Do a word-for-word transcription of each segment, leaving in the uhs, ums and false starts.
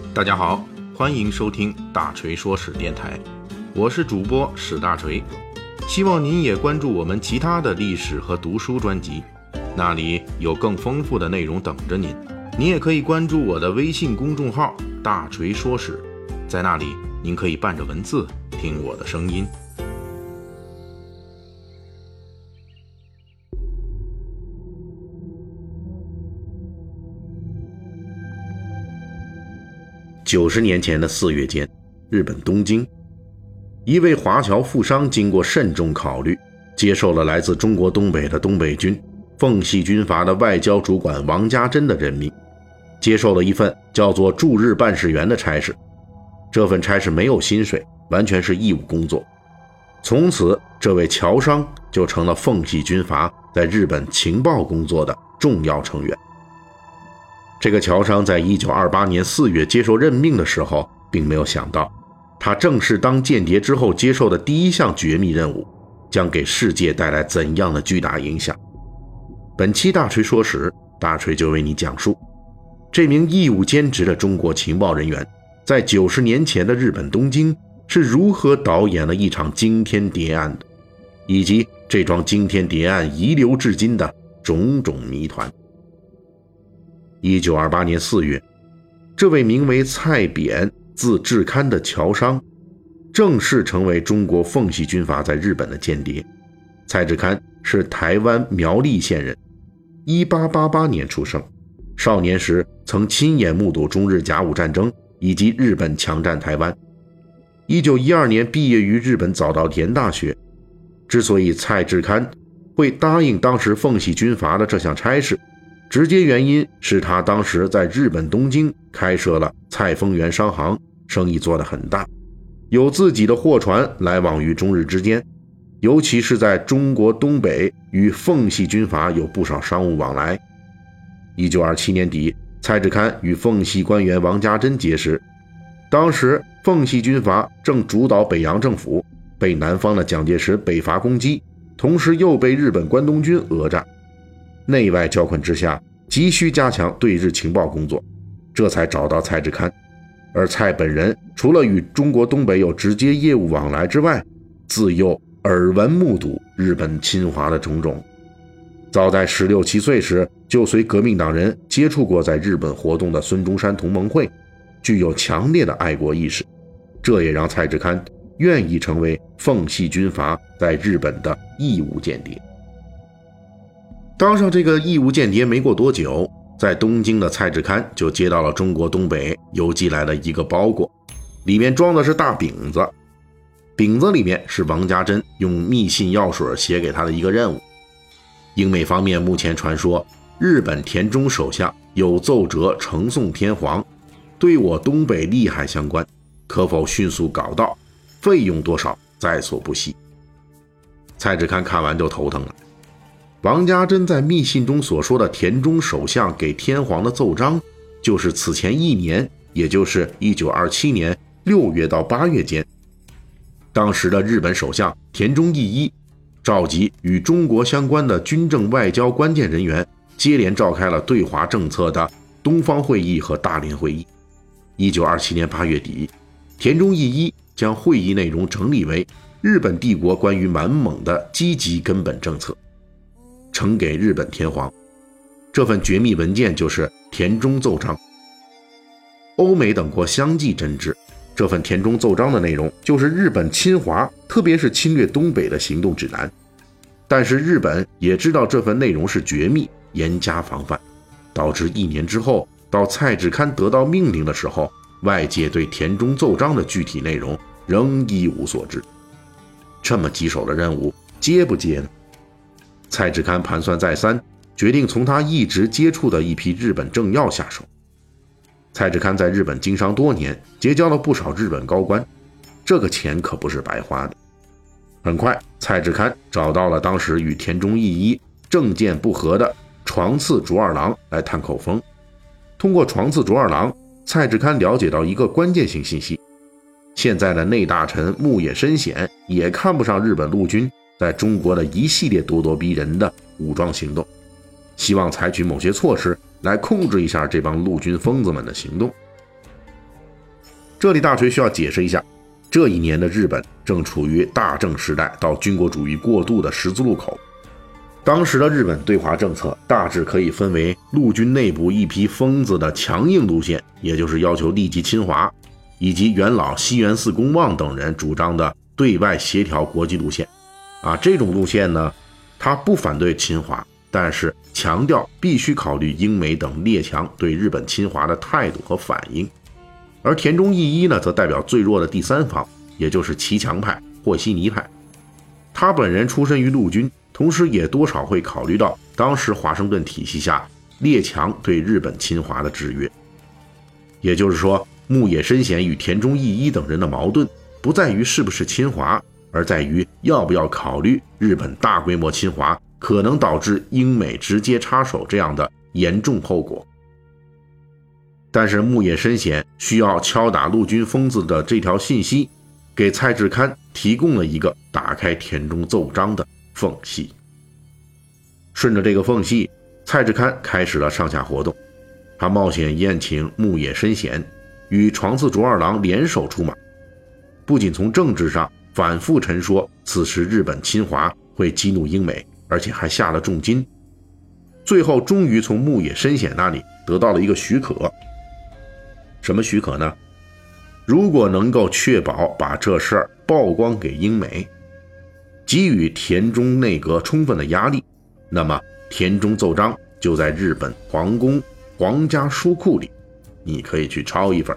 大家好，欢迎收听大锤说史电台，我是主播史大锤，希望您也关注我们其他的历史和读书专辑，那里有更丰富的内容等着您。您也可以关注我的微信公众号大锤说史，在那里您可以伴着文字听我的声音。九十年前的四月间，日本东京，一位华侨富商经过慎重考虑，接受了来自中国东北的东北军奉系军阀的外交主管王家珍的任命，接受了一份叫做驻日办事员的差事。这份差事没有薪水，完全是义务工作。从此，这位侨商就成了奉系军阀在日本情报工作的重要成员。这个侨商在一九二八年四月接受任命的时候，并没有想到，他正式当间谍之后接受的第一项绝密任务，将给世界带来怎样的巨大影响。本期大锤说史，大锤就为你讲述这名义务兼职的中国情报人员，在九十年前的日本东京是如何导演了一场惊天谍案的，以及这桩惊天谍案遗留至今的种种谜团。一九二八年四月，这位名为蔡扁字志堪的侨商正式成为中国奉系军阀在日本的间谍。蔡志堪是台湾苗栗县人，一八八八年出生，少年时曾亲眼目睹中日甲午战争以及日本强占台湾。一九一二年毕业于日本早稻田大学。之所以蔡志堪会答应当时奉系军阀的这项差事，直接原因是他当时在日本东京开设了蔡丰源商行，生意做得很大，有自己的货船来往于中日之间，尤其是在中国东北与奉系军阀有不少商务往来。一九二七年底，蔡志堪与奉系官员王家珍结识，当时奉系军阀正主导北洋政府，被南方的蒋介石北伐攻击，同时又被日本关东军讹诈，内外交困之下，急需加强对日情报工作，这才找到蔡志堪。而蔡本人除了与中国东北有直接业务往来之外，自幼耳闻目睹日本侵华的种种。早在十六七岁时，就随革命党人接触过在日本活动的孙中山同盟会，具有强烈的爱国意识，这也让蔡志堪愿意成为奉系军阀在日本的义务间谍。当上这个义务间谍没过多久，在东京的蔡志堪就接到了中国东北邮寄来的一个包裹，里面装的是大饼子，饼子里面是王家珍用密信药水写给他的一个任务。英美方面目前传说，日本田中首相有奏折呈送天皇，对我东北利害相关，可否迅速搞到，费用多少在所不惜。蔡志堪看完就头疼了。王家珍在密信中所说的田中首相给天皇的奏章，就是此前一年，也就是一九二七年六月到八月间，当时的日本首相田中义一召集与中国相关的军政外交关键人员，接连召开了对华政策的东方会议和大连会议。一九二七年八月底，田中义一将会议内容整理为日本帝国关于满蒙的积极根本政策，呈给日本天皇。这份绝密文件就是田中奏章。欧美等国相继真知，这份田中奏章的内容就是日本侵华，特别是侵略东北的行动指南。但是日本也知道这份内容是绝密，严加防范，导致一年之后，到蔡志堪得到命令的时候，外界对田中奏章的具体内容仍一无所知。这么棘手的任务，接不接呢？蔡志堪盘算再三，决定从他一直接触的一批日本政要下手。蔡志堪在日本经商多年，结交了不少日本高官，这个钱可不是白花的。很快，蔡志堪找到了当时与田中义一政见不合的床次竹二郎来探口风。通过床次竹二郎，蔡志堪了解到一个关键性信息：现在的内大臣牧野深显也看不上日本陆军在中国的一系列咄咄逼人的武装行动，希望采取某些措施来控制一下这帮陆军疯子们的行动。 这里大锤需要解释一下，这一年的日本正处于大正时代到军国主义过渡的十字路口。当时的日本对华政策大致可以分为陆军内部一批疯子的强硬路线，也就是要求立即侵华，以及元老西园寺公望等人主张的对外协调国际路线。啊，这种路线呢，他不反对侵华，但是强调必须考虑英美等列强对日本侵华的态度和反应。而田中义一呢，则代表最弱的第三方，也就是骑墙派和稀泥派。他本人出身于陆军，同时也多少会考虑到当时华盛顿体系下列强对日本侵华的制约。也就是说，牧野伸显与田中义一等人的矛盾不在于是不是侵华，而在于要不要考虑日本大规模侵华可能导致英美直接插手这样的严重后果。但是牧野伸显需要敲打陆军疯子的这条信息，给蔡志堪提供了一个打开田中奏章的缝隙。顺着这个缝隙，蔡志堪开始了上下活动。他冒险宴请牧野伸显，与床次卓二郎联手出马，不仅从政治上反复陈说此时日本侵华会激怒英美，而且还下了重金。最后终于从牧野伸显那里得到了一个许可。什么许可呢？如果能够确保把这事儿曝光给英美，给予田中内阁充分的压力，那么田中奏章就在日本皇宫皇家书库里，你可以去抄一份。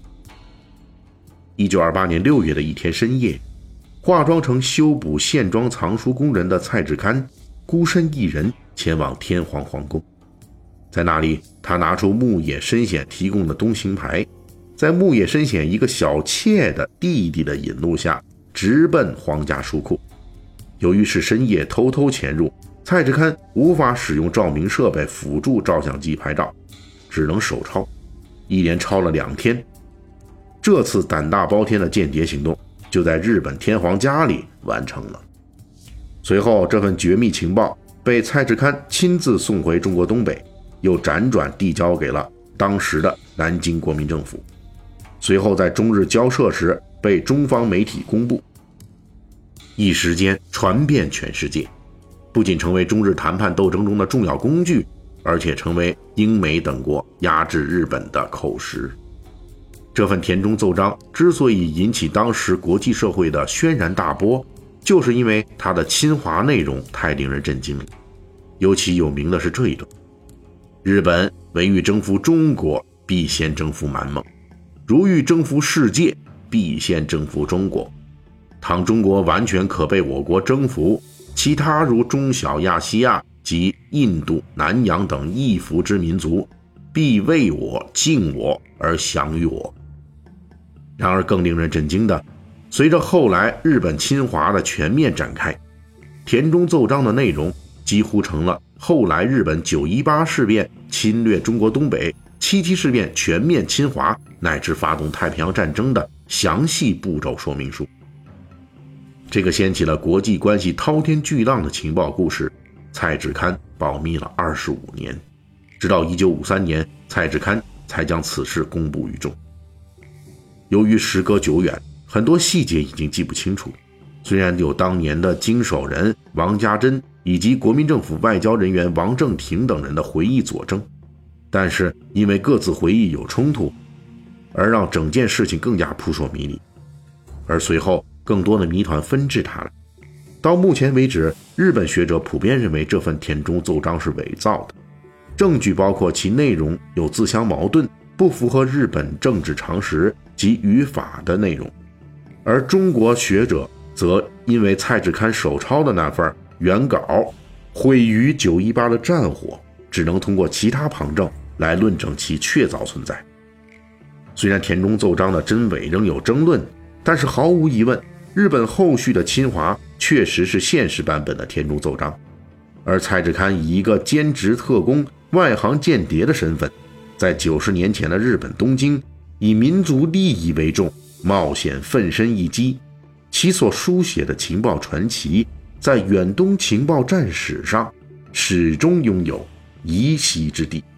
一九二八年六月的一天深夜，化妆成修补线装藏书工人的蔡志堪孤身一人前往天皇皇宫。在那里，他拿出牧野伸显提供的东行牌，在牧野伸显一个小妾的弟弟的引路下，直奔皇家书库。由于是深夜偷偷潜入，蔡志堪无法使用照明设备辅助照相机拍照，只能手抄，一连抄了两天。这次胆大包天的间谍行动就在日本天皇家里完成了。随后，这份绝密情报被蔡志堪亲自送回中国东北，又辗转递交给了当时的南京国民政府，随后在中日交涉时被中方媒体公布，一时间传遍全世界，不仅成为中日谈判斗争中的重要工具，而且成为英美等国压制日本的口实。这份田中奏章之所以引起当时国际社会的轩然大波，就是因为它的侵华内容太令人震惊了。尤其有名的是这一段：日本唯欲征服中国，必先征服满蒙；如欲征服世界，必先征服中国。倘中国完全可被我国征服，其他如中小亚细亚及印度、南洋等异服之民族，必为我敬我而降于我。然而更令人震惊的，随着后来日本侵华的全面展开，田中奏章的内容几乎成了后来日本九一八事变侵略中国东北、七七事变全面侵华乃至发动太平洋战争的详细步骤说明书。这个掀起了国际关系滔天巨浪的情报故事，蔡志堪保密了二十五年，直到一九五三年，蔡志堪才将此事公布于众。由于时隔久远，很多细节已经记不清楚，虽然有当年的经手人王家珍以及国民政府外交人员王正廷等人的回忆佐证，但是因为各自回忆有冲突，而让整件事情更加扑朔迷离。而随后更多的谜团纷至沓来，到目前为止，日本学者普遍认为这份田中奏章是伪造的，证据包括其内容有自相矛盾、不符合日本政治常识及语法的内容。而中国学者则因为蔡志堪手抄的那份原稿毁于九一八的战火，只能通过其他旁证来论证其确凿存在。虽然田中奏章的真伪仍有争论，但是毫无疑问，日本后续的侵华确实是现实版本的田中奏章。而蔡志堪以一个兼职特工、外行间谍的身份，在九十年前的日本东京，以民族利益为重，冒险奋身一击，其所书写的情报传奇，在远东情报战史上始终拥有一席之地。